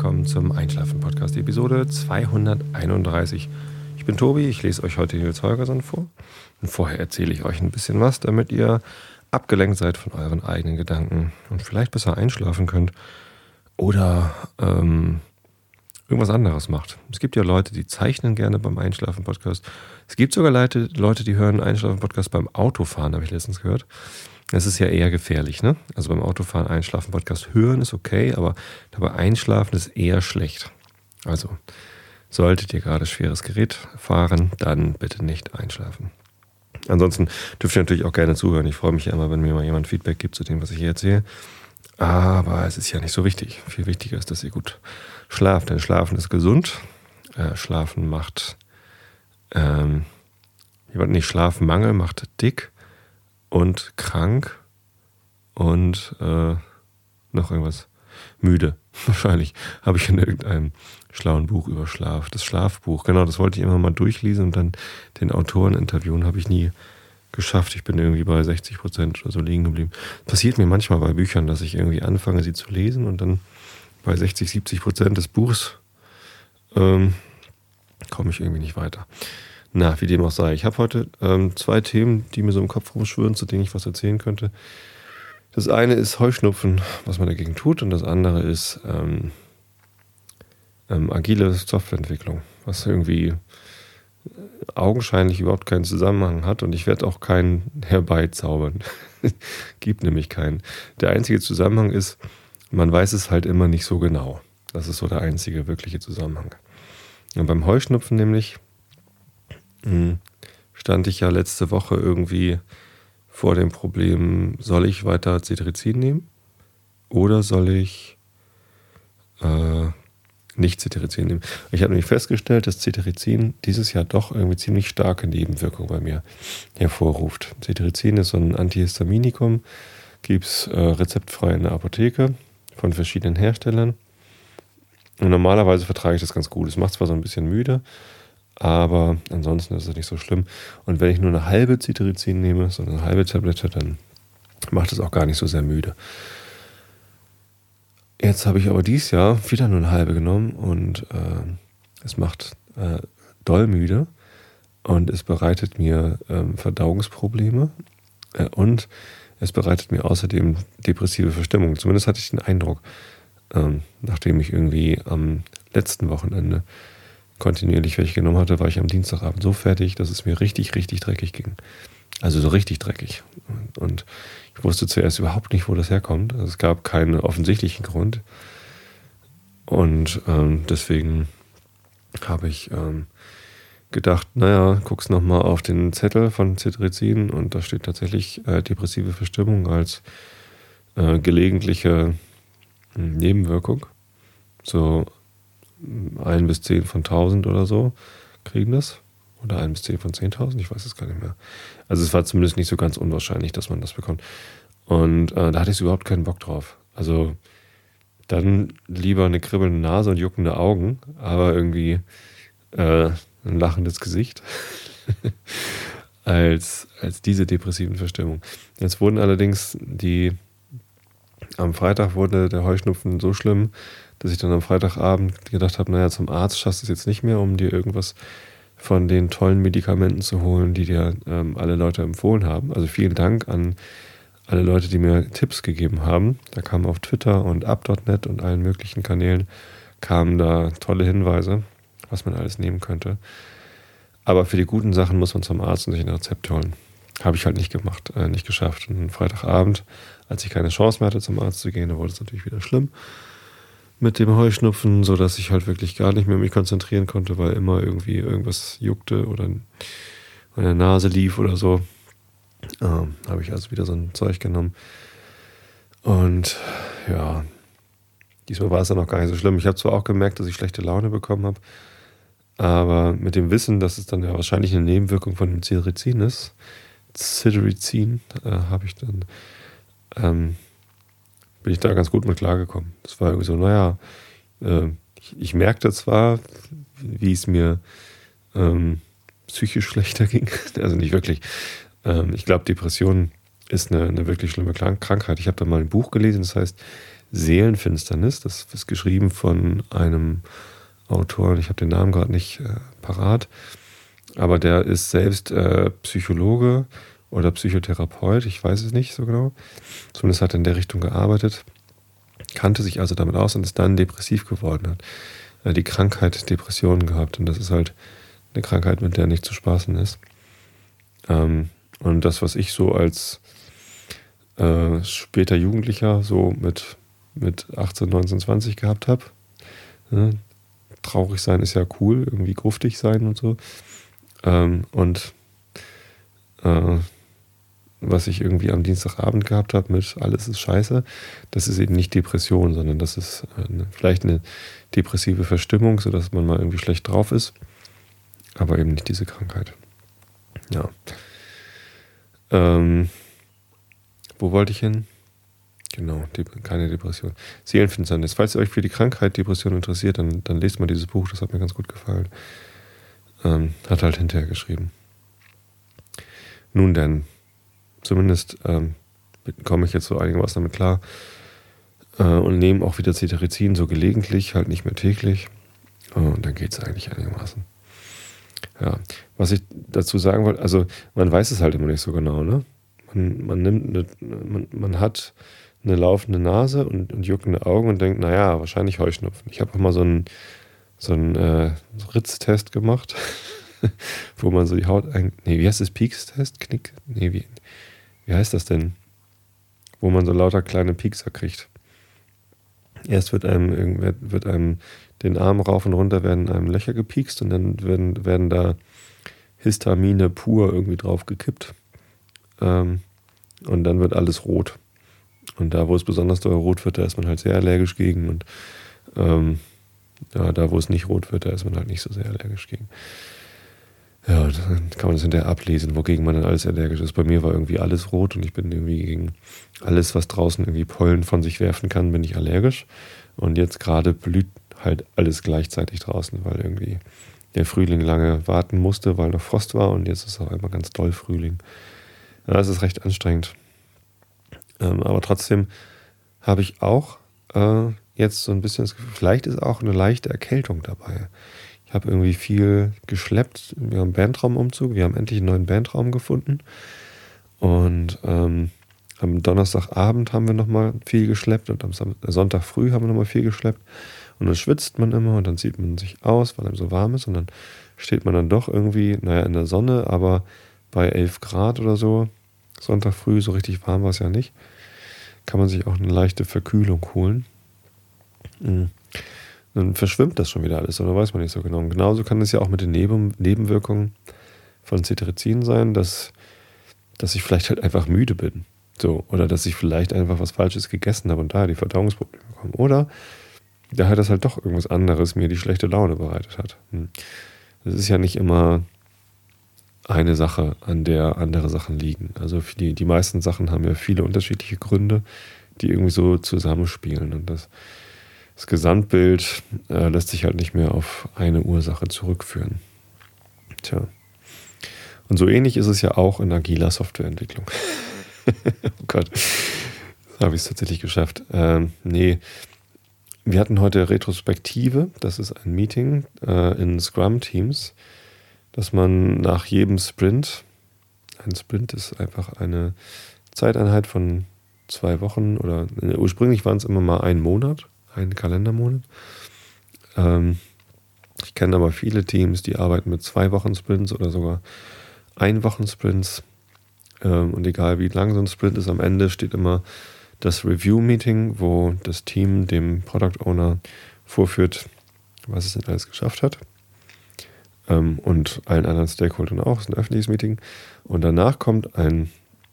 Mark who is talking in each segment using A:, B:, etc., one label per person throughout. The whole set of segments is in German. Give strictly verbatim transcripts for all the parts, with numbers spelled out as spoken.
A: willkommen zum Einschlafen-Podcast, Episode zweihunderteinunddreißig. Ich bin Tobi, ich lese euch heute Nils Holgersson vor und vorher erzähle ich euch ein bisschen was, damit ihr abgelenkt seid von euren eigenen Gedanken und vielleicht besser einschlafen könnt oder ähm, irgendwas anderes macht. Es gibt ja Leute, die zeichnen gerne beim Einschlafen-Podcast. Es gibt sogar Leute, Leute die hören Einschlafen-Podcast beim Autofahren, habe ich letztens gehört. Das ist ja eher gefährlich, ne? Also beim Autofahren Einschlafen-Podcast hören ist okay, aber dabei einschlafen ist eher schlecht. Also solltet ihr gerade schweres Gerät fahren, dann bitte nicht einschlafen. Ansonsten dürft ihr natürlich auch gerne zuhören. Ich freue mich ja immer, wenn mir mal jemand Feedback gibt zu dem, was ich hier erzähle. Aber es ist ja nicht so wichtig. Viel wichtiger ist, dass ihr gut schlaft, denn Schlafen ist gesund. Äh, Schlafen macht, ähm, nicht Schlafmangel macht dick und krank und äh, noch irgendwas müde. Wahrscheinlich habe ich in irgendeinem schlauen Buch über Schlaf, das Schlafbuch, genau, das wollte ich immer mal durchlesen und dann den Autoren interviewen, habe ich nie geschafft. Ich bin irgendwie bei sechzig Prozent oder so liegen geblieben. Passiert mir manchmal bei Büchern, dass ich irgendwie anfange, sie zu lesen und dann bei sechzig, siebzig Prozent des Buchs ähm, komme ich irgendwie nicht weiter. Na, wie dem auch sei. Ich habe heute ähm, zwei Themen, die mir so im Kopf rumschwirren, zu denen ich was erzählen könnte. Das eine ist Heuschnupfen, was man dagegen tut, und das andere ist ähm, ähm, agile Softwareentwicklung, was irgendwie augenscheinlich überhaupt keinen Zusammenhang hat, und ich werde auch keinen herbeizaubern. Gibt nämlich keinen. Der einzige Zusammenhang ist, man weiß es halt immer nicht so genau. Das ist so der einzige wirkliche Zusammenhang. Und beim Heuschnupfen nämlich stand ich ja letzte Woche irgendwie vor dem Problem, soll ich weiter Cetirizin nehmen oder soll ich äh, nicht Cetirizin nehmen. Ich habe nämlich festgestellt, dass Cetirizin dieses Jahr doch irgendwie ziemlich starke Nebenwirkungen bei mir hervorruft. Cetirizin ist so ein Antihistaminikum, gibt es äh, rezeptfrei in der Apotheke von verschiedenen Herstellern. Und normalerweise vertrage ich das ganz gut. Es macht zwar so ein bisschen müde, aber ansonsten ist es nicht so schlimm. Und wenn ich nur eine halbe Cetirizin nehme, so eine halbe Tablette, dann macht es auch gar nicht so sehr müde. Jetzt habe ich aber dieses Jahr wieder nur eine halbe genommen und äh, es macht äh, doll müde und es bereitet mir äh, Verdauungsprobleme äh, und es bereitet mir außerdem depressive Verstimmung. Zumindest hatte ich den Eindruck, äh, nachdem ich irgendwie am letzten Wochenende kontinuierlich welche genommen hatte, war ich am Dienstagabend so fertig, dass es mir richtig, richtig dreckig ging. Also so richtig dreckig. Und ich wusste zuerst überhaupt nicht, wo das herkommt. Also es gab keinen offensichtlichen Grund. Und ähm, deswegen habe ich ähm, gedacht, naja, guck's nochmal auf den Zettel von Cetirizin und da steht tatsächlich äh, depressive Verstimmung als äh, gelegentliche äh, Nebenwirkung. So ein bis zehn von tausend oder so kriegen das. Oder ein bis zehn von zehntausend, ich weiß es gar nicht mehr. Also es war zumindest nicht so ganz unwahrscheinlich, dass man das bekommt. Und äh, da hatte ich überhaupt keinen Bock drauf. Also dann lieber eine kribbelnde Nase und juckende Augen, aber irgendwie äh, ein lachendes Gesicht, als, als diese depressiven Verstimmungen. Jetzt wurden allerdings die, am Freitag wurde der Heuschnupfen so schlimm, dass ich dann am Freitagabend gedacht habe, naja, zum Arzt schaffst du es jetzt nicht mehr, um dir irgendwas von den tollen Medikamenten zu holen, die dir ähm, alle Leute empfohlen haben. Also vielen Dank an alle Leute, die mir Tipps gegeben haben. Da kamen auf Twitter und up Punkt net und allen möglichen Kanälen kamen da tolle Hinweise, was man alles nehmen könnte. Aber für die guten Sachen muss man zum Arzt und sich ein Rezept holen. Habe ich halt nicht gemacht, äh, nicht geschafft. Und Freitagabend, als ich keine Chance mehr hatte, zum Arzt zu gehen, da wurde es natürlich wieder schlimm mit dem Heuschnupfen, sodass ich halt wirklich gar nicht mehr mich konzentrieren konnte, weil immer irgendwie irgendwas juckte oder meine Nase lief oder so. Ähm, habe ich also wieder so ein Zeug genommen. Und ja, diesmal war es dann auch gar nicht so schlimm. Ich habe zwar auch gemerkt, dass ich schlechte Laune bekommen habe, aber mit dem Wissen, dass es dann ja wahrscheinlich eine Nebenwirkung von dem Cetirizin ist, Cetirizin, äh, habe ich dann ähm, bin ich da ganz gut mit klargekommen. Das war irgendwie so, naja, äh, ich, ich merkte zwar, wie es mir ähm, psychisch schlechter ging, also nicht wirklich. Ähm, ich glaube, Depressionen ist eine, eine wirklich schlimme Krankheit. Ich habe da mal ein Buch gelesen, das heißt Seelenfinsternis. Das ist geschrieben von einem Autor, ich habe den Namen gerade nicht äh, parat, aber der ist selbst äh, Psychologe oder Psychotherapeut, ich weiß es nicht so genau. Zumindest hat er in der Richtung gearbeitet, kannte sich also damit aus und ist dann depressiv geworden, hat äh, die Krankheit Depressionen gehabt und das ist halt eine Krankheit, mit der nicht zu spaßen ist. Ähm, und das, was ich so als äh, später Jugendlicher so mit, mit achtzehn, neunzehn, zwanzig gehabt habe, ne? Traurig sein ist ja cool, irgendwie gruftig sein und so. Ähm, und äh, was ich irgendwie am Dienstagabend gehabt habe mit alles ist scheiße, das ist eben nicht Depression, sondern das ist eine, vielleicht eine depressive Verstimmung, sodass man mal irgendwie schlecht drauf ist, aber eben nicht diese Krankheit. Ja. Ähm, wo wollte ich hin? Genau, keine Depression. Seelenfinsternis. Falls ihr euch für die Krankheit Depression interessiert, dann, dann lest mal dieses Buch, das hat mir ganz gut gefallen. Ähm, hat halt hinterher geschrieben. Nun denn, zumindest ähm, komme ich jetzt so einigermaßen damit klar äh, und nehme auch wieder Cetirizin so gelegentlich, halt nicht mehr täglich. Äh, und dann geht es eigentlich einigermaßen. Ja, was ich dazu sagen wollte, also man weiß es halt immer nicht so genau, ne? Man, man nimmt eine, man, man hat eine laufende Nase und, und juckende Augen und denkt, naja, wahrscheinlich Heuschnupfen. Ich habe auch mal so einen, so einen äh, Ritztest gemacht, wo man so die Haut, ein, nee, wie heißt das, Piekstest? Knick? Nee, wie, wie heißt das denn? Wo man so lauter kleine Piekser kriegt. Erst wird einem, wird einem den Arm rauf und runter werden einem Löcher gepiekst und dann werden, werden da Histamine pur irgendwie drauf gekippt. Ähm, und dann wird alles rot. Und da, wo es besonders doll rot wird, da ist man halt sehr allergisch gegen. Und ähm, ja, da, wo es nicht rot wird, da ist man halt nicht so sehr allergisch gegen. Ja, dann kann man das hinterher ablesen, wogegen man dann alles allergisch ist. Bei mir war irgendwie alles rot und ich bin irgendwie gegen alles, was draußen irgendwie Pollen von sich werfen kann, bin ich allergisch. Und jetzt gerade blüht halt alles gleichzeitig draußen, weil irgendwie der Frühling lange warten musste, weil noch Frost war und jetzt ist auch einmal ganz doll Frühling. Ja, es ist recht anstrengend. Ähm, aber trotzdem habe ich auch äh, jetzt so ein bisschen das Gefühl, vielleicht ist auch eine leichte Erkältung dabei. Ich habe irgendwie viel geschleppt. Wir haben einen Bandraumumzug, wir haben endlich einen neuen Bandraum gefunden. Und ähm, am Donnerstagabend haben wir nochmal viel geschleppt und am Sonntag früh haben wir nochmal viel geschleppt. Und dann schwitzt man immer und dann zieht man sich aus, weil einem so warm ist. Und dann steht man dann doch irgendwie, naja, in der Sonne, aber bei elf Grad oder so. Sonntag früh, so richtig warm war es ja nicht. Kann man sich auch eine leichte Verkühlung holen. Mhm. Dann verschwimmt das schon wieder alles, oder weiß man nicht so genau. Und genauso kann es ja auch mit den Neben- Nebenwirkungen von Cetirizin sein, dass, dass ich vielleicht halt einfach müde bin. So, oder dass ich vielleicht einfach was Falsches gegessen habe und daher die Verdauungsprobleme bekomme. Oder daher, dass halt doch irgendwas anderes mir die schlechte Laune bereitet hat. Das ist ja nicht immer eine Sache, an der andere Sachen liegen. Also die, die meisten Sachen haben ja viele unterschiedliche Gründe, die irgendwie so zusammenspielen. Und das, das Gesamtbild äh, lässt sich halt nicht mehr auf eine Ursache zurückführen. Tja. Und so ähnlich ist es ja auch in agiler Softwareentwicklung. Oh Gott, da habe ich es tatsächlich geschafft. Ähm, nee, wir hatten heute Retrospektive. Das ist ein Meeting äh, in Scrum-Teams, dass man nach jedem Sprint, ein Sprint ist einfach eine Zeiteinheit von zwei Wochen oder äh, ursprünglich waren es immer mal ein Monat, ein Kalendermonat. Ähm, ich kenne aber viele Teams, die arbeiten mit zwei Wochen Sprints oder sogar ein Wochen Sprints. Ähm, und egal wie lang so ein Sprint ist, am Ende steht immer das Review-Meeting, wo das Team dem Product Owner vorführt, was es denn alles geschafft hat. Ähm, und allen anderen Stakeholdern auch. Es ist ein öffentliches Meeting. Und danach kommt ein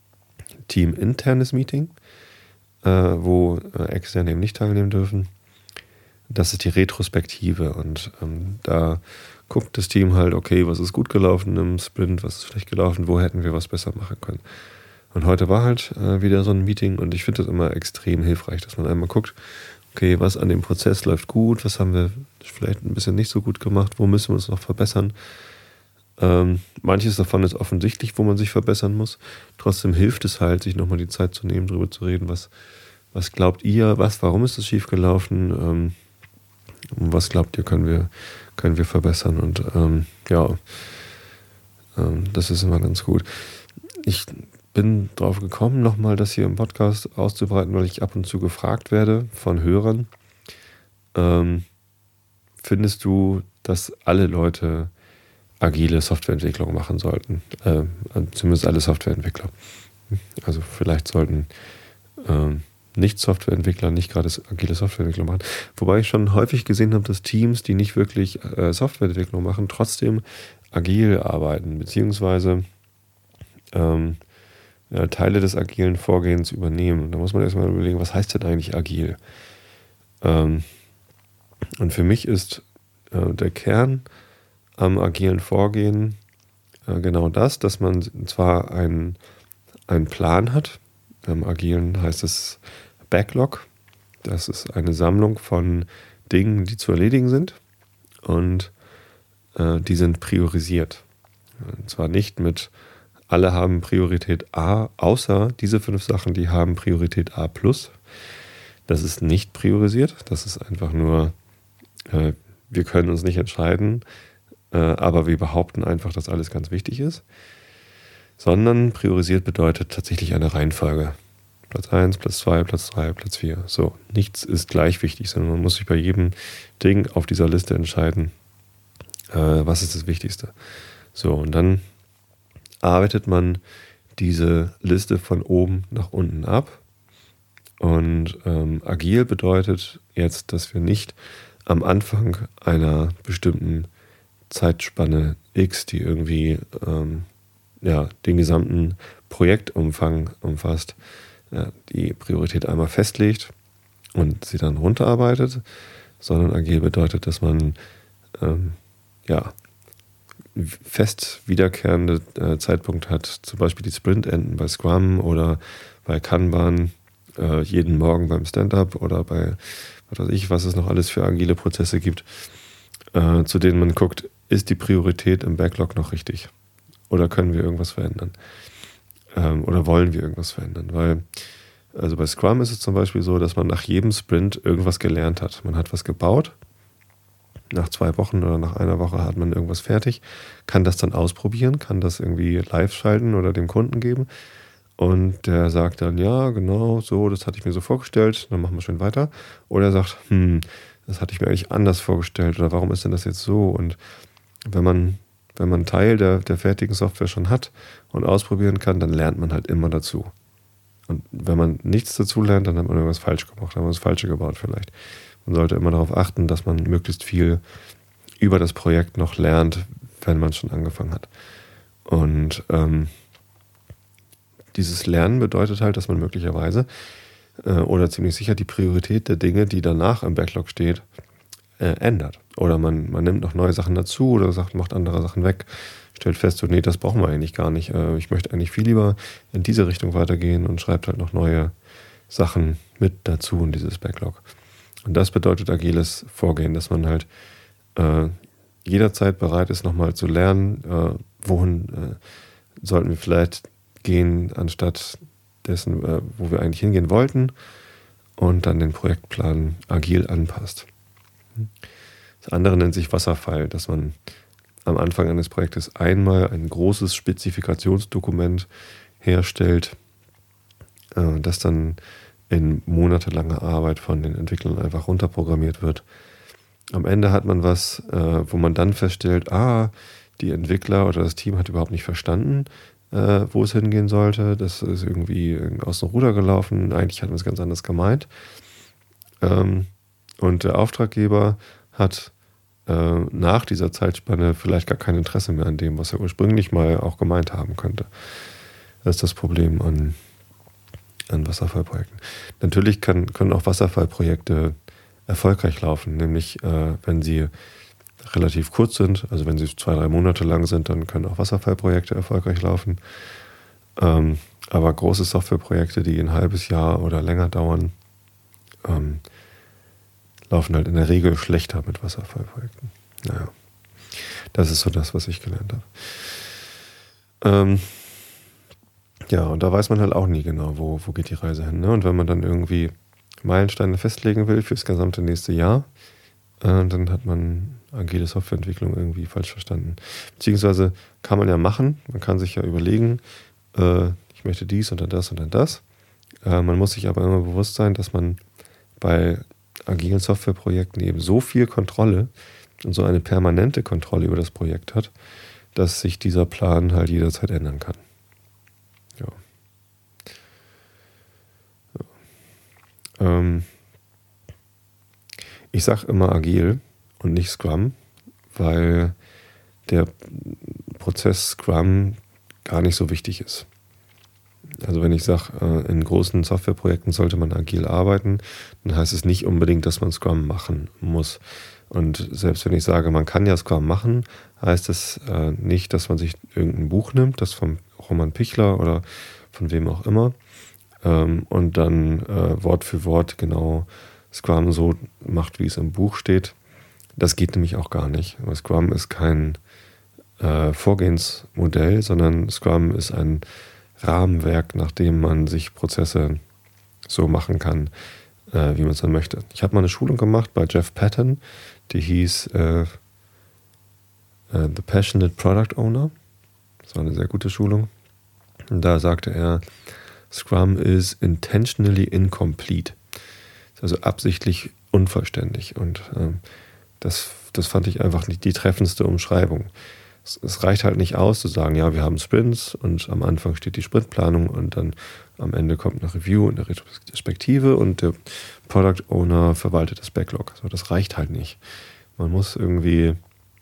A: teaminternes Meeting, äh, wo äh, Externe eben nicht teilnehmen dürfen. Das ist die Retrospektive. Und ähm, da guckt das Team halt, okay, was ist gut gelaufen im Sprint, was ist schlecht gelaufen, wo hätten wir was besser machen können. Und heute war halt äh, wieder so ein Meeting und ich finde das immer extrem hilfreich, dass man einmal guckt, okay, was an dem Prozess läuft gut, was haben wir vielleicht ein bisschen nicht so gut gemacht, wo müssen wir uns noch verbessern. Ähm, manches davon ist offensichtlich, wo man sich verbessern muss. Trotzdem hilft es halt, sich nochmal die Zeit zu nehmen, darüber zu reden, was, was glaubt ihr, was, warum ist es schiefgelaufen, ähm, was glaubt ihr, können wir, können wir verbessern. Und ähm, ja, ähm, das ist immer ganz gut. Ich bin drauf gekommen, nochmal das hier im Podcast auszubreiten, weil ich ab und zu gefragt werde von Hörern. Ähm, findest du, dass alle Leute agile Softwareentwicklung machen sollten? Äh, zumindest alle Softwareentwickler. Also vielleicht sollten ähm, Nicht-Softwareentwickler nicht gerade agile Softwareentwicklung machen. Wobei ich schon häufig gesehen habe, dass Teams, die nicht wirklich äh, Softwareentwicklung machen, trotzdem agil arbeiten, beziehungsweise ähm, ja, Teile des agilen Vorgehens übernehmen. Da muss man erstmal überlegen, was heißt denn eigentlich agil? Ähm, und für mich ist äh, der Kern am agilen Vorgehen äh, genau das, dass man zwar einen, einen Plan hat. Im Agilen heißt es Backlog. Das ist eine Sammlung von Dingen, die zu erledigen sind, und äh, die sind priorisiert. Und zwar nicht mit alle haben Priorität A, außer diese fünf Sachen, die haben Priorität A plus. Das ist nicht priorisiert. Das ist einfach nur, äh, wir können uns nicht entscheiden, äh, aber wir behaupten einfach, dass alles ganz wichtig ist. Sondern priorisiert bedeutet tatsächlich eine Reihenfolge. Platz eins, Platz zwei, Platz drei, Platz vier. So, nichts ist gleich wichtig, sondern man muss sich bei jedem Ding auf dieser Liste entscheiden, äh, was ist das Wichtigste. So, und dann arbeitet man diese Liste von oben nach unten ab. Und ähm, agil bedeutet jetzt, dass wir nicht am Anfang einer bestimmten Zeitspanne X, die irgendwie ähm, ja, den gesamten Projektumfang umfasst, ja, die Priorität einmal festlegt und sie dann runterarbeitet, sondern agil bedeutet, dass man ähm, ja, fest wiederkehrende äh, Zeitpunkt hat, zum Beispiel die Sprintenden bei Scrum oder bei Kanban, äh, jeden Morgen beim Stand-up oder bei, was weiß ich, was es noch alles für agile Prozesse gibt, äh, zu denen man guckt, ist die Priorität im Backlog noch richtig? Oder können wir irgendwas verändern? Ähm, oder wollen wir irgendwas verändern? Weil, also bei Scrum ist es zum Beispiel so, dass man nach jedem Sprint irgendwas gelernt hat. Man hat was gebaut. Nach zwei Wochen oder nach einer Woche hat man irgendwas fertig, kann das dann ausprobieren, kann das irgendwie live schalten oder dem Kunden geben. Und der sagt dann, ja, genau, so, das hatte ich mir so vorgestellt, dann machen wir schön weiter. Oder er sagt, hm, das hatte ich mir eigentlich anders vorgestellt, oder warum ist denn das jetzt so? Und wenn man, wenn man einen Teil der, der fertigen Software schon hat und ausprobieren kann, dann lernt man halt immer dazu. Und wenn man nichts dazu lernt, dann hat man irgendwas falsch gemacht, dann hat man das Falsche gebaut vielleicht. Man sollte immer darauf achten, dass man möglichst viel über das Projekt noch lernt, wenn man schon angefangen hat. Und ähm, dieses Lernen bedeutet halt, dass man möglicherweise äh, oder ziemlich sicher die Priorität der Dinge, die danach im Backlog steht, äh, ändert. Oder man, man nimmt noch neue Sachen dazu oder sagt, macht andere Sachen weg, stellt fest, so, nee, das brauchen wir eigentlich gar nicht. Äh, ich möchte eigentlich viel lieber in diese Richtung weitergehen und schreibt halt noch neue Sachen mit dazu in dieses Backlog. Und das bedeutet agiles Vorgehen, dass man halt äh, jederzeit bereit ist, nochmal zu lernen, äh, wohin äh, sollten wir vielleicht gehen, anstatt dessen, äh, wo wir eigentlich hingehen wollten, und dann den Projektplan agil anpasst. Das andere nennt sich Wasserfall, dass man am Anfang eines Projektes einmal ein großes Spezifikationsdokument herstellt, äh, das dann in monatelanger Arbeit von den Entwicklern einfach runterprogrammiert wird. Am Ende hat man was, äh, wo man dann feststellt, ah, die Entwickler oder das Team hat überhaupt nicht verstanden, äh, wo es hingehen sollte. Das ist irgendwie aus dem Ruder gelaufen. Eigentlich hatten wir es ganz anders gemeint. Ähm, und der Auftraggeber hat äh, nach dieser Zeitspanne vielleicht gar kein Interesse mehr an dem, was er ursprünglich mal auch gemeint haben könnte. Das ist das Problem an an Wasserfallprojekten. Natürlich kann, können auch Wasserfallprojekte erfolgreich laufen, nämlich äh, wenn sie relativ kurz sind, also wenn sie zwei, drei Monate lang sind, dann können auch Wasserfallprojekte erfolgreich laufen. Ähm, aber große Softwareprojekte, die ein halbes Jahr oder länger dauern, ähm, laufen halt in der Regel schlechter mit Wasserfallprojekten. Naja. Das ist so das, was ich gelernt habe. Ähm, ja, und da weiß man halt auch nie genau, wo, wo geht die Reise hin. Ne? Und wenn man dann irgendwie Meilensteine festlegen will fürs gesamte nächste Jahr, äh, dann hat man agile Softwareentwicklung irgendwie falsch verstanden. Beziehungsweise kann man ja machen, man kann sich ja überlegen, äh, ich möchte dies und dann das und dann das. Äh, man muss sich aber immer bewusst sein, dass man bei agilen Softwareprojekten eben so viel Kontrolle und so eine permanente Kontrolle über das Projekt hat, dass sich dieser Plan halt jederzeit ändern kann. Ja. Ja. Ähm, ich sage immer agil und nicht Scrum, weil der Prozess Scrum gar nicht so wichtig ist. Also wenn ich sage, in großen Softwareprojekten sollte man agil arbeiten, dann heißt es nicht unbedingt, dass man Scrum machen muss. Und selbst wenn ich sage, man kann ja Scrum machen, heißt es äh, nicht, dass man sich irgendein Buch nimmt, das vom Roman Pichler oder von wem auch immer, ähm, und dann äh, Wort für Wort genau Scrum so macht, wie es im Buch steht. Das geht nämlich auch gar nicht. Aber Scrum ist kein äh, Vorgehensmodell, sondern Scrum ist ein Rahmenwerk, nach dem man sich Prozesse so machen kann, äh, wie man es dann möchte. Ich habe mal eine Schulung gemacht bei Jeff Patton, die hieß äh, äh, The Passionate Product Owner. Das war eine sehr gute Schulung. Und da sagte er, Scrum is intentionally incomplete. Also absichtlich unvollständig. Und ähm, das, das fand ich einfach nicht die treffendste Umschreibung. Es, es reicht halt nicht aus zu sagen, ja, wir haben Sprints und am Anfang steht die Sprintplanung und dann am Ende kommt eine Review und eine Retrospektive und der Product Owner verwaltet das Backlog. Also das reicht halt nicht. Man muss irgendwie,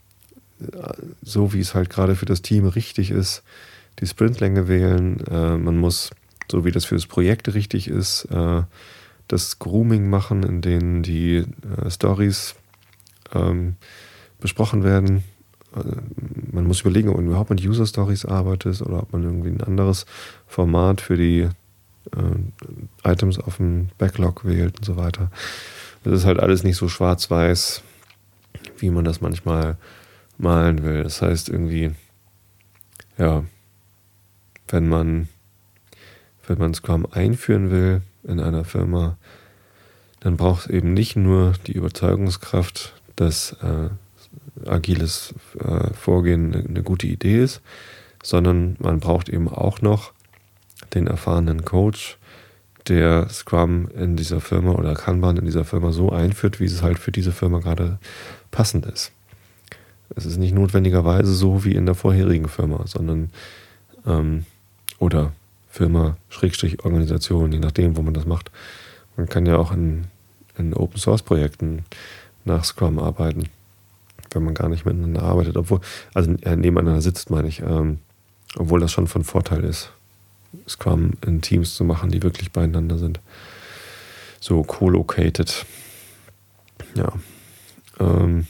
A: so wie es halt gerade für das Team richtig ist, die Sprintlänge wählen. Äh, man muss, so wie das für das Projekt richtig ist, äh, das Grooming machen, in denen die äh, Stories ähm, besprochen werden. Äh, man muss überlegen, ob man überhaupt mit User Stories arbeitet oder ob man irgendwie ein anderes Format für die äh, Items auf dem Backlog wählt und so weiter. Das ist halt alles nicht so schwarz-weiß, wie man das manchmal malen will. Das heißt irgendwie, ja, wenn man wenn man Scrum einführen will in einer Firma, dann braucht es eben nicht nur die Überzeugungskraft, dass äh, agiles äh, Vorgehen eine, eine gute Idee ist, sondern man braucht eben auch noch den erfahrenen Coach, der Scrum in dieser Firma oder Kanban in dieser Firma so einführt, wie es halt für diese Firma gerade passend ist. Es ist nicht notwendigerweise so wie in der vorherigen Firma, sondern ähm, oder Firma, Schrägstrich, Organisation, je nachdem, wo man das macht. Man kann ja auch in, in Open-Source-Projekten nach Scrum arbeiten, wenn man gar nicht miteinander arbeitet, obwohl, also äh, nebeneinander sitzt, meine ich, ähm, obwohl das schon von Vorteil ist, Scrum in Teams zu machen, die wirklich beieinander sind. So co-located. Ja. Ähm,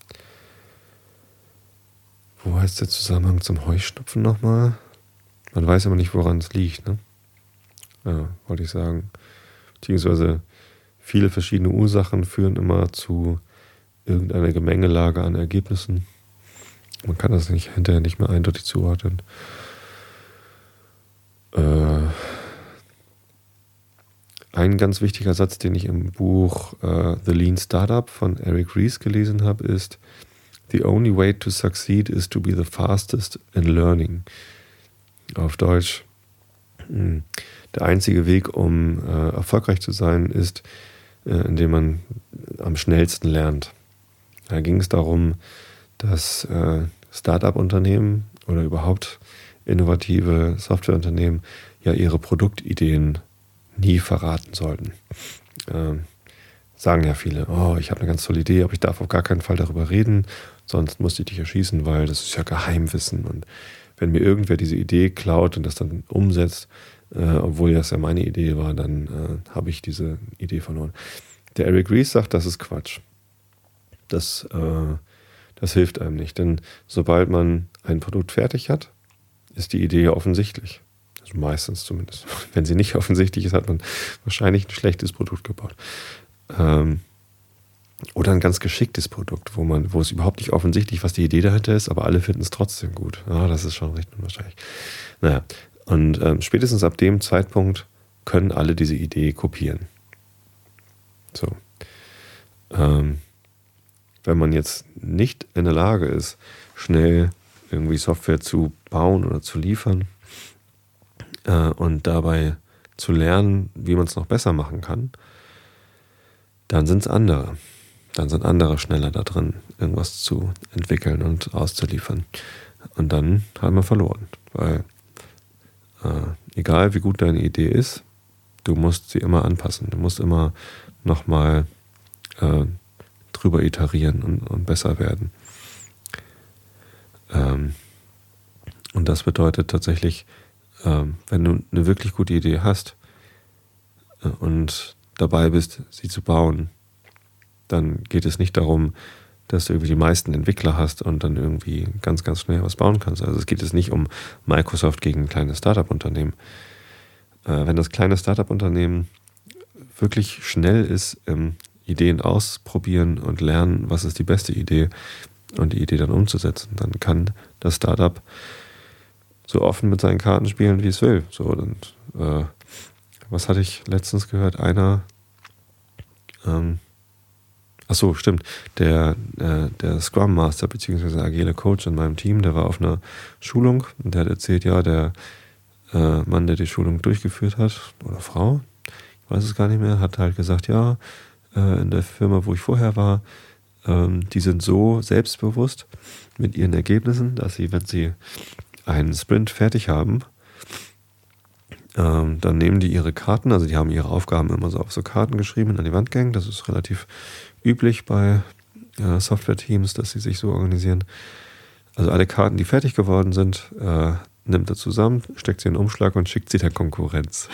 A: wo heißt der Zusammenhang zum Heuschnupfen nochmal? Man weiß aber nicht, woran es liegt, ne? Ja, wollte ich sagen. Beziehungsweise viele verschiedene Ursachen führen immer zu irgendeiner Gemengelage an Ergebnissen. Man kann das nicht hinterher nicht mehr eindeutig zuordnen. Äh, ein ganz wichtiger Satz, den ich im Buch äh, The Lean Startup von Eric Ries gelesen habe, ist: The only way to succeed is to be the fastest in learning. Auf Deutsch, der einzige Weg, um äh, erfolgreich zu sein, ist, äh, indem man am schnellsten lernt. Da ging es darum, dass äh, Start-up-Unternehmen oder überhaupt innovative Softwareunternehmen ja ihre Produktideen nie verraten sollten. Äh, sagen ja viele, oh, ich habe eine ganz tolle Idee, aber ich darf auf gar keinen Fall darüber reden, sonst muss ich dich erschießen, weil das ist ja Geheimwissen. Und wenn mir irgendwer diese Idee klaut und das dann umsetzt, äh, obwohl das ja meine Idee war, dann äh, habe ich diese Idee verloren. Der Eric Ries sagt, das ist Quatsch. Das, äh, das hilft einem nicht, denn sobald man ein Produkt fertig hat, ist die Idee offensichtlich. Also meistens zumindest. Wenn sie nicht offensichtlich ist, hat man wahrscheinlich ein schlechtes Produkt gebaut. Ähm, Oder ein ganz geschicktes Produkt, wo man, wo es überhaupt nicht offensichtlich, was die Idee dahinter ist, aber alle finden es trotzdem gut. Ja, das ist schon recht unwahrscheinlich. Naja, und ähm, spätestens ab dem Zeitpunkt können alle diese Idee kopieren. So. Ähm, wenn man jetzt nicht in der Lage ist, schnell irgendwie Software zu bauen oder zu liefern äh, und dabei zu lernen, wie man es noch besser machen kann, dann sind es andere. Dann sind andere schneller da drin, irgendwas zu entwickeln und auszuliefern. Und dann haben wir verloren. Weil äh, egal wie gut deine Idee ist, du musst sie immer anpassen. Du musst immer nochmal äh, drüber iterieren und, und besser werden. Ähm, und das bedeutet tatsächlich, ähm, wenn du eine wirklich gute Idee hast äh, und dabei bist, sie zu bauen, dann geht es nicht darum, dass du irgendwie die meisten Entwickler hast und dann irgendwie ganz, ganz schnell was bauen kannst. Also es geht jetzt nicht um Microsoft gegen ein kleines Startup-Unternehmen. Äh, wenn das kleine Startup-Unternehmen wirklich schnell ist, ähm, Ideen ausprobieren und lernen, was ist die beste Idee und die Idee dann umzusetzen, dann kann das Startup so offen mit seinen Karten spielen, wie es will. So, und, äh, was hatte ich letztens gehört? Einer ähm, Ach so, stimmt. Der, äh, der Scrum Master bzw. agile Coach in meinem Team, der war auf einer Schulung und der hat erzählt, ja, der äh, Mann, der die Schulung durchgeführt hat, oder Frau, ich weiß es gar nicht mehr, hat halt gesagt, ja, äh, in der Firma, wo ich vorher war, ähm, die sind so selbstbewusst mit ihren Ergebnissen, dass sie, wenn sie einen Sprint fertig haben, ähm, dann nehmen die ihre Karten, also die haben ihre Aufgaben immer so auf so Karten geschrieben, an die Wand gehängt, das ist relativ üblich bei äh, Software-Teams, dass sie sich so organisieren. Also alle Karten, die fertig geworden sind, äh, nimmt er zusammen, steckt sie in den Umschlag und schickt sie der Konkurrenz.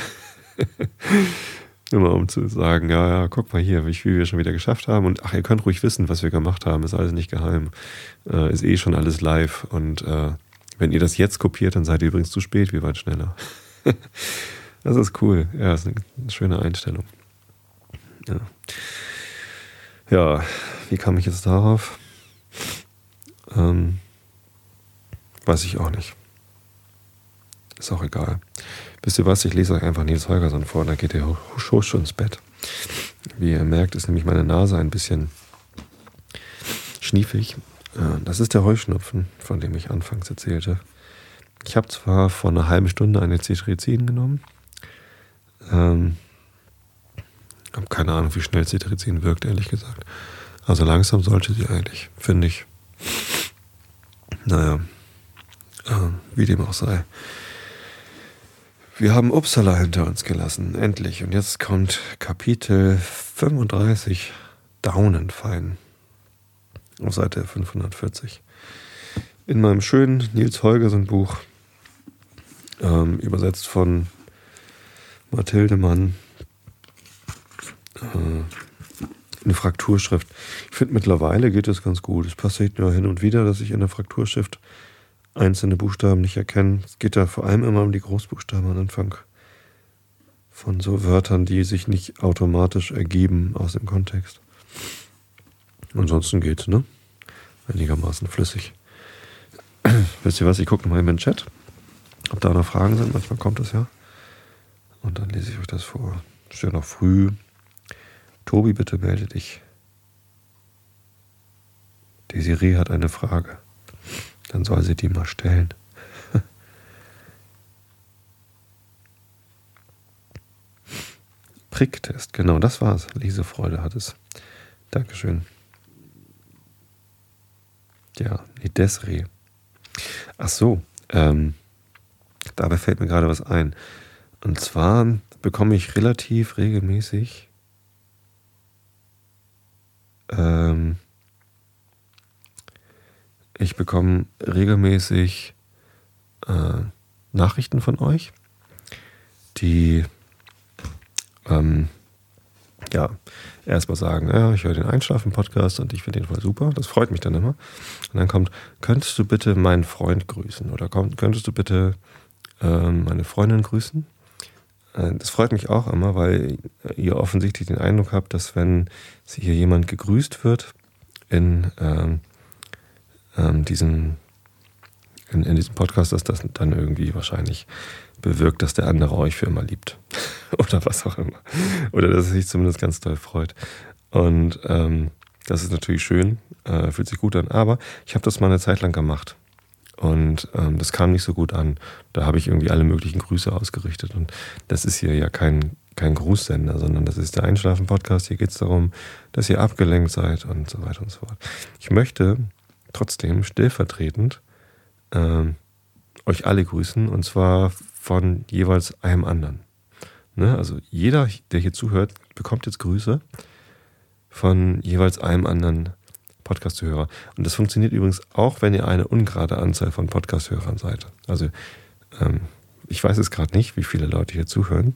A: Immer um zu sagen, ja, ja, guck mal hier, wie viel wir schon wieder geschafft haben. Und ach, ihr könnt ruhig wissen, was wir gemacht haben, ist alles nicht geheim. Äh, ist eh schon alles live. Und äh, wenn ihr das jetzt kopiert, dann seid ihr übrigens zu spät, wir waren schneller. Das ist cool. Ja, ist eine, eine schöne Einstellung. Ja. Ja, wie kam ich jetzt darauf? Ähm, weiß ich auch nicht. Ist auch egal. Wisst ihr was? Ich lese euch einfach Nils Holgersson vor, da geht ihr husch husch ins Bett. Wie ihr merkt, ist nämlich meine Nase ein bisschen schniefig. Das ist der Heuschnupfen, von dem ich anfangs erzählte. Ich habe zwar vor einer halben Stunde eine Cetirizin genommen. Ähm, habe keine Ahnung, wie schnell Cetirizin wirkt, ehrlich gesagt. Also langsam sollte sie eigentlich, finde ich. Naja, äh, wie dem auch sei. Wir haben Uppsala hinter uns gelassen, endlich. Und jetzt kommt Kapitel fünfunddreißig, Daunenfein, auf Seite fünfhundertvierzig. In meinem schönen Nils Holgersson Buch, ähm, übersetzt von Mathilde Mann, eine Frakturschrift. Ich finde, mittlerweile geht es ganz gut. Es passiert nur hin und wieder, dass ich in der Frakturschrift einzelne Buchstaben nicht erkenne. Es geht da vor allem immer um die Großbuchstaben am Anfang von so Wörtern, die sich nicht automatisch ergeben aus dem Kontext. Ansonsten geht's, ne? Einigermaßen flüssig. Wisst ihr was? Ich gucke nochmal in den Chat, ob da noch Fragen sind. Manchmal kommt das ja. Und dann lese ich euch das vor. Es ist ja noch früh. Tobi, bitte melde dich. Desiree hat eine Frage. Dann soll sie die mal stellen. Pricktest, genau, das war's. Lesefreude hat es. Dankeschön. Ja, nee, Desiree. Ach so, ähm, dabei fällt mir gerade was ein. Und zwar bekomme ich relativ regelmäßig Ähm, ich bekomme regelmäßig äh, Nachrichten von euch, die ähm, ja erstmal sagen, ja, ich höre den Einschlafen-Podcast und ich finde den voll super. Das freut mich dann immer. Und dann kommt, könntest du bitte meinen Freund grüßen oder komm, könntest du bitte ähm, meine Freundin grüßen? Das freut mich auch immer, weil ihr offensichtlich den Eindruck habt, dass wenn hier jemand gegrüßt wird in, ähm, ähm, diesem, in, in diesem Podcast, dass das dann irgendwie wahrscheinlich bewirkt, dass der andere euch für immer liebt. Oder was auch immer. Oder dass es sich zumindest ganz doll freut. Und ähm, das ist natürlich schön, äh, fühlt sich gut an. Aber ich habe das mal eine Zeit lang gemacht. Und ähm, das kam nicht so gut an. Da habe ich irgendwie alle möglichen Grüße ausgerichtet. Und das ist hier ja kein, kein Grußsender, sondern das ist der Einschlafen-Podcast. Hier geht es darum, dass ihr abgelenkt seid und so weiter und so fort. Ich möchte trotzdem stellvertretend ähm, euch alle grüßen. Und zwar von jeweils einem anderen. Ne? Also jeder, der hier zuhört, bekommt jetzt Grüße von jeweils einem anderen Podcast-Hörer. Und das funktioniert übrigens auch, wenn ihr eine ungerade Anzahl von Podcast-Hörern seid. Also ähm, ich weiß es gerade nicht, wie viele Leute hier zuhören.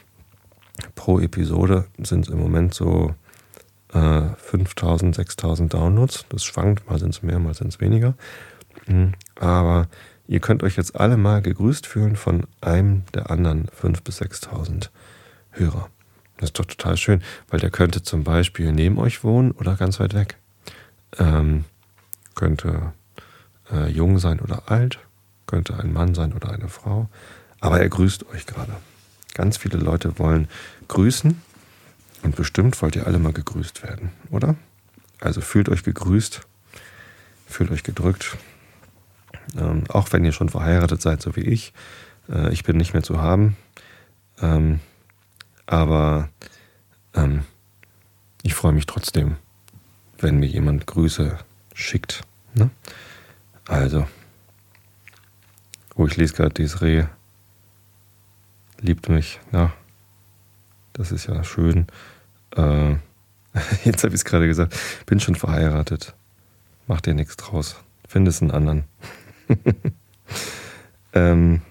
A: Pro Episode sind es im Moment so äh, fünftausend, sechstausend Downloads. Das schwankt, mal sind es mehr, mal sind es weniger. Mhm. Aber ihr könnt euch jetzt alle mal gegrüßt fühlen von einem der anderen fünftausend bis sechstausend Hörer. Das ist doch total schön, weil der könnte zum Beispiel neben euch wohnen oder ganz weit weg. Ähm, könnte äh, jung sein oder alt, könnte ein Mann sein oder eine Frau, aber er grüßt euch gerade. Ganz viele Leute wollen grüßen und bestimmt wollt ihr alle mal gegrüßt werden, oder? Also fühlt euch gegrüßt, fühlt euch gedrückt, ähm, auch wenn ihr schon verheiratet seid, so wie ich. Äh, ich bin nicht mehr zu haben, ähm, aber ähm, ich freue mich trotzdem, wenn mir jemand Grüße schickt. Ne? Also, oh, ich lese gerade, Desiree liebt mich. Ja, das ist ja schön. Äh, jetzt habe ich es gerade gesagt. Bin schon verheiratet. Mach dir nichts draus. Findest einen anderen. ähm,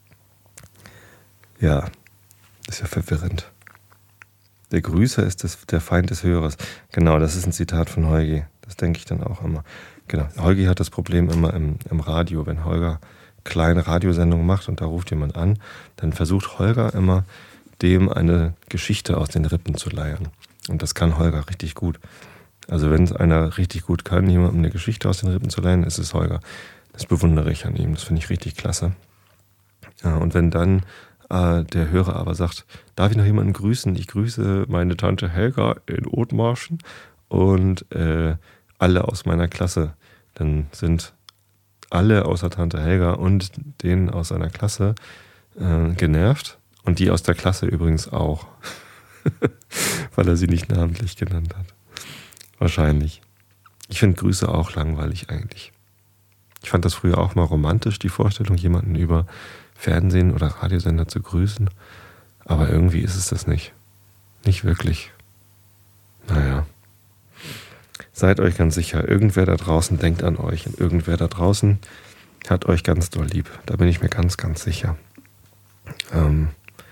A: ja, ist ja verwirrend. Der Grüßer ist das, der Feind des Hörers. Genau, das ist ein Zitat von Holgi. Das denke ich dann auch immer. Genau, Holgi hat das Problem immer im, im Radio. Wenn Holger kleine Radiosendungen macht und da ruft jemand an, dann versucht Holger immer, dem eine Geschichte aus den Rippen zu leiern. Und das kann Holger richtig gut. Also wenn es einer richtig gut kann, jemandem eine Geschichte aus den Rippen zu leiern, ist es Holger. Das bewundere ich an ihm. Das finde ich richtig klasse. Ja, und wenn dann der Hörer aber sagt, darf ich noch jemanden grüßen? Ich grüße meine Tante Helga in Othmarschen und äh, alle aus meiner Klasse. Dann sind alle außer Tante Helga und denen aus seiner Klasse äh, genervt. Und die aus der Klasse übrigens auch. Weil er sie nicht namentlich genannt hat. Wahrscheinlich. Ich finde Grüße auch langweilig eigentlich. Ich fand das früher auch mal romantisch, die Vorstellung, jemanden über Fernsehen oder Radiosender zu grüßen. Aber irgendwie ist es das nicht. Nicht wirklich. Naja. Seid euch ganz sicher, irgendwer da draußen denkt an euch und irgendwer da draußen hat euch ganz doll lieb. Da bin ich mir ganz, ganz sicher. Ähm,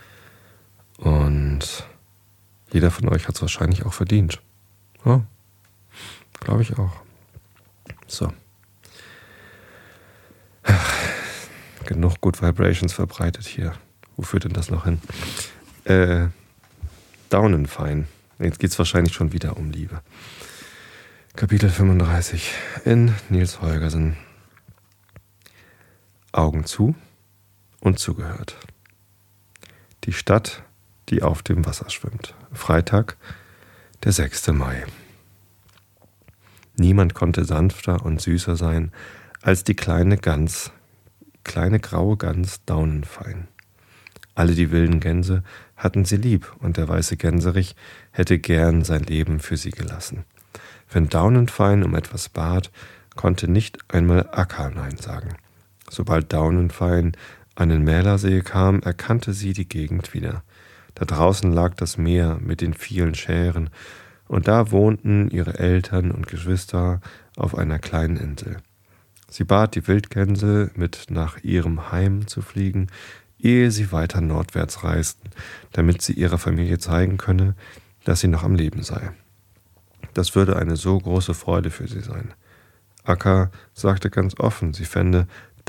A: und jeder von euch hat es wahrscheinlich auch verdient. Ja, glaube ich auch. So. Genug Good Vibrations verbreitet hier. Wo führt denn das noch hin? Äh, Daunenfein. Jetzt geht es wahrscheinlich schon wieder um Liebe. Kapitel fünfunddreißig in Niels Holgersen. Augen zu und zugehört. Die Stadt, die auf dem Wasser schwimmt. Freitag, der sechster Mai. Niemand konnte sanfter und süßer sein als die kleine Gans, kleine graue Gans Daunenfein. Alle die wilden Gänse hatten sie lieb und der weiße Gänserich hätte gern sein Leben für sie gelassen. Wenn Daunenfein um etwas bat, konnte nicht einmal Akka Nein sagen. Sobald Daunenfein an den Mälersee kam, erkannte sie die Gegend wieder. Da draußen lag das Meer mit den vielen Schären und da wohnten ihre Eltern und Geschwister auf einer kleinen Insel. Sie bat die Wildgänse, mit nach ihrem Heim zu fliegen, ehe sie weiter nordwärts reisten, damit sie ihrer Familie zeigen könne, dass sie noch am Leben sei. Das würde eine so große Freude für sie sein. Akka sagte ganz offen, sie fände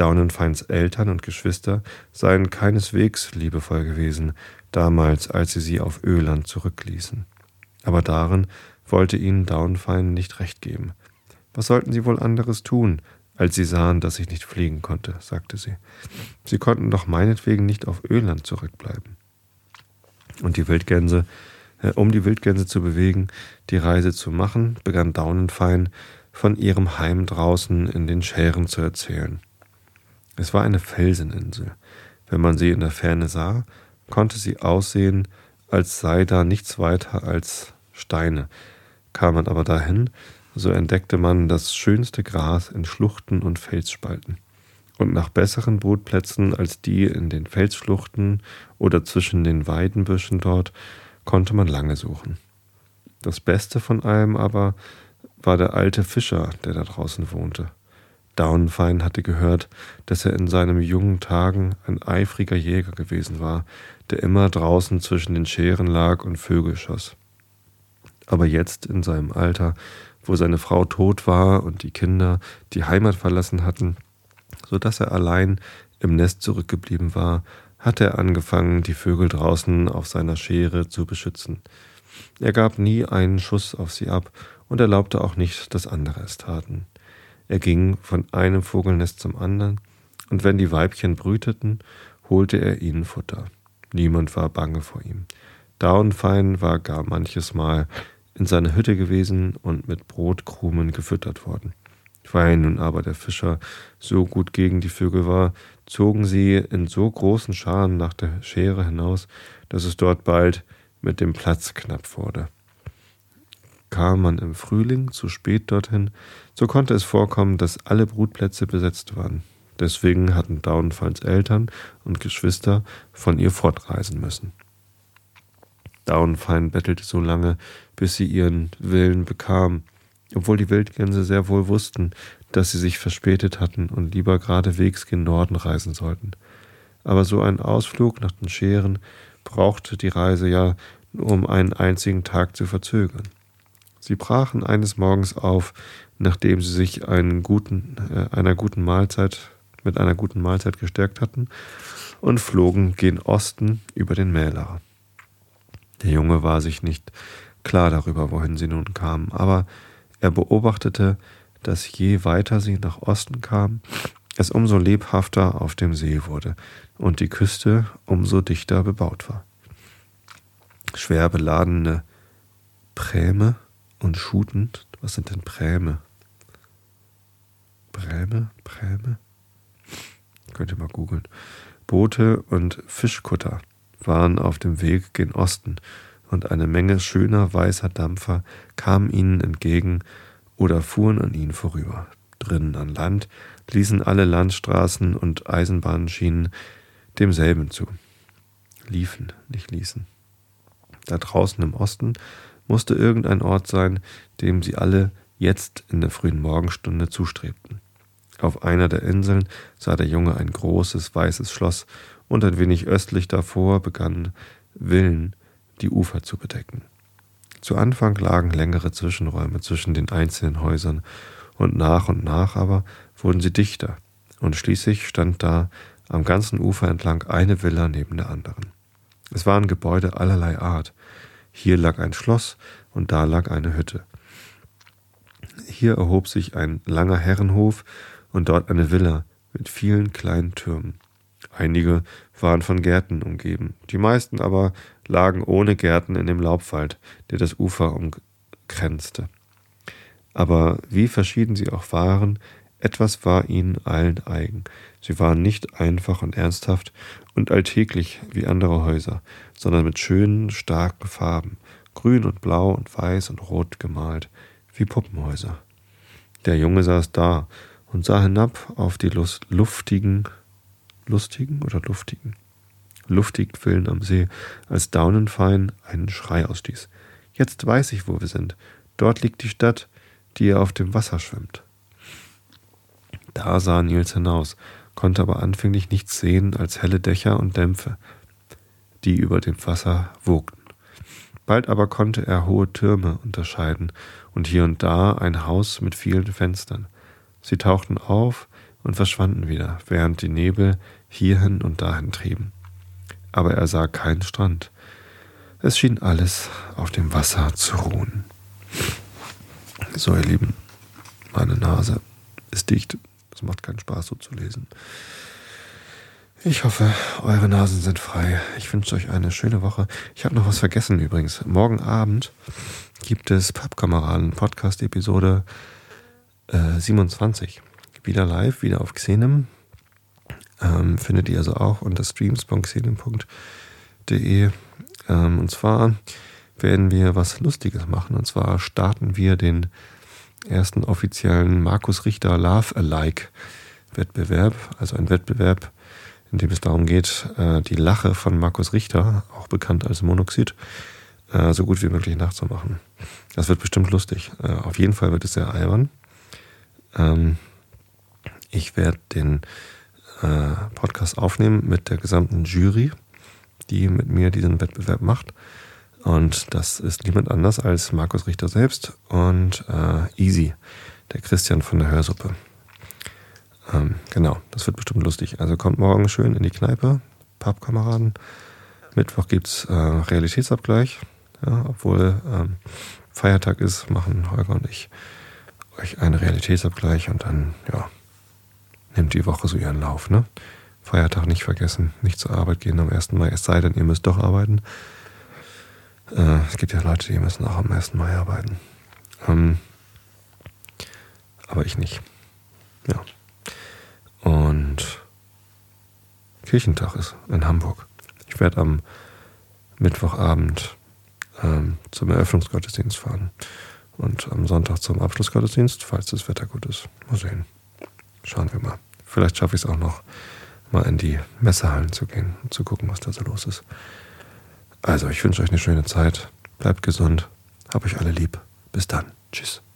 A: Daunenfeins Eltern und Geschwister seien keineswegs liebevoll gewesen, damals, als sie sie auf Öland zurückließen. Aber darin wollte ihnen Daunenfein nicht recht geben. Was sollten sie wohl anderes tun, als sie sahen, dass ich nicht fliegen konnte, sagte sie. Sie konnten doch meinetwegen nicht auf Öland zurückbleiben. Und die Wildgänse, äh, um die Wildgänse zu bewegen, die Reise zu machen, begann Daunenfein von ihrem Heim draußen in den Schären zu erzählen. Es war eine Felseninsel. Wenn man sie in der Ferne sah, konnte sie aussehen, als sei da nichts weiter als Steine. Kam man aber dahin, so entdeckte man das schönste Gras in Schluchten und Felsspalten. Und nach besseren Brutplätzen als die in den Felsschluchten oder zwischen den Weidenbüschen dort konnte man lange suchen. Das Beste von allem aber war der alte Fischer, der da draußen wohnte. Daunenfein hatte gehört, dass er in seinen jungen Tagen ein eifriger Jäger gewesen war, der immer draußen zwischen den Schären lag und Vögel schoss. Aber jetzt in seinem Alter, wo seine Frau tot war und die Kinder die Heimat verlassen hatten, so dass er allein im Nest zurückgeblieben war, hatte er angefangen, die Vögel draußen auf seiner Schere zu beschützen. Er gab nie einen Schuss auf sie ab und erlaubte auch nicht, dass andere es taten. Er ging von einem Vogelnest zum anderen, und wenn die Weibchen brüteten, holte er ihnen Futter. Niemand war bange vor ihm. Daunenfein war gar manches Mal in seiner Hütte gewesen und mit Brotkrumen gefüttert worden. Weil nun aber der Fischer so gut gegen die Vögel war, zogen sie in so großen Scharen nach der Schere hinaus, dass es dort bald mit dem Platz knapp wurde. Kam man im Frühling zu spät dorthin, so konnte es vorkommen, dass alle Brutplätze besetzt waren. Deswegen hatten Daunenfeins Eltern und Geschwister von ihr fortreisen müssen. Daunenfein bettelte so lange, bis sie ihren Willen bekam, obwohl die Wildgänse sehr wohl wussten, dass sie sich verspätet hatten und lieber geradewegs gen Norden reisen sollten. Aber so ein Ausflug nach den Schären brauchte die Reise ja nur um einen einzigen Tag zu verzögern. Sie brachen eines Morgens auf, nachdem sie sich einen guten, äh, einer guten Mahlzeit, mit einer guten Mahlzeit gestärkt hatten, und flogen gen Osten über den Mälar. Der Junge war sich nicht klar darüber, wohin sie nun kamen, aber er beobachtete, dass je weiter sie nach Osten kamen, es umso lebhafter auf dem See wurde und die Küste umso dichter bebaut war. Schwer beladene Präme und Schuten, was sind denn Präme? Präme? Präme? Könnt ihr mal googeln. Boote und Fischkutter waren auf dem Weg gen Osten, und eine Menge schöner weißer Dampfer kamen ihnen entgegen oder fuhren an ihnen vorüber. Drinnen an Land ließen alle Landstraßen und Eisenbahnschienen demselben zu. Liefen, nicht ließen. Da draußen im Osten musste irgendein Ort sein, dem sie alle jetzt in der frühen Morgenstunde zustrebten. Auf einer der Inseln sah der Junge ein großes weißes Schloss, und ein wenig östlich davor begannen Villen die Ufer zu bedecken. Zu Anfang lagen längere Zwischenräume zwischen den einzelnen Häusern, und nach und nach aber wurden sie dichter, und schließlich stand da am ganzen Ufer entlang eine Villa neben der anderen. Es waren Gebäude allerlei Art. Hier lag ein Schloss und da lag eine Hütte. Hier erhob sich ein langer Herrenhof und dort eine Villa mit vielen kleinen Türmen. Einige waren von Gärten umgeben, die meisten aber lagen ohne Gärten in dem Laubwald, der das Ufer umgrenzte. Aber wie verschieden sie auch waren, etwas war ihnen allen eigen. Sie waren nicht einfach und ernsthaft und alltäglich wie andere Häuser, sondern mit schönen, starken Farben, grün und blau und weiß und rot gemalt, wie Puppenhäuser. Der Junge saß da und sah hinab auf die lust, luftigen, lustigen oder luftigen, luftigen Villen am See, als Daunenfein einen Schrei ausstieß. Jetzt weiß ich, wo wir sind. Dort liegt die Stadt, die auf dem Wasser schwimmt. Da sah Nils hinaus, konnte aber anfänglich nichts sehen als helle Dächer und Dämpfe, die über dem Wasser wogten. Bald aber konnte er hohe Türme unterscheiden und hier und da ein Haus mit vielen Fenstern. Sie tauchten auf, und verschwanden wieder, während die Nebel hierhin und dahin trieben. Aber er sah keinen Strand. Es schien alles auf dem Wasser zu ruhen. So, ihr Lieben, meine Nase ist dicht. Es macht keinen Spaß, so zu lesen. Ich hoffe, eure Nasen sind frei. Ich wünsche euch eine schöne Woche. Ich habe noch was vergessen übrigens. Morgen Abend gibt es Pappkameraden Podcast Episode äh, siebenundzwanzig. Wieder live, wieder auf Xenem. Ähm, findet ihr also auch unter streams punkt xenem punkt de. Ähm, und zwar werden wir was Lustiges machen. Und zwar starten wir den ersten offiziellen Markus Richter Love Alike Wettbewerb. Also ein Wettbewerb, in dem es darum geht, die Lache von Markus Richter, auch bekannt als Monoxid, so gut wie möglich nachzumachen. Das wird bestimmt lustig. Auf jeden Fall wird es sehr albern. Ich werde den Podcast aufnehmen mit der gesamten Jury, die mit mir diesen Wettbewerb macht. Und das ist niemand anders als Markus Richter selbst und Easy, der Christian von der Hörsuppe. Ähm, genau, das wird bestimmt lustig. Also kommt morgen schön in die Kneipe, Pappkameraden. Mittwoch gibt es äh, Realitätsabgleich. Ja, obwohl ähm, Feiertag ist, machen Holger und ich euch einen Realitätsabgleich und dann, ja, nimmt die Woche so ihren Lauf. Ne? Feiertag nicht vergessen, nicht zur Arbeit gehen am ersten Mai, es sei denn, ihr müsst doch arbeiten. Äh, es gibt ja Leute, die müssen auch am ersten Mai arbeiten. Ähm, aber ich nicht. Ja. Und Kirchentag ist in Hamburg. Ich werde am Mittwochabend ähm, zum Eröffnungsgottesdienst fahren und am Sonntag zum Abschlussgottesdienst, falls das Wetter gut ist. Mal sehen. Schauen wir mal. Vielleicht schaffe ich es auch noch, mal in die Messehallen zu gehen und zu gucken, was da so los ist. Also, ich wünsche euch eine schöne Zeit. Bleibt gesund. Hab euch alle lieb. Bis dann. Tschüss.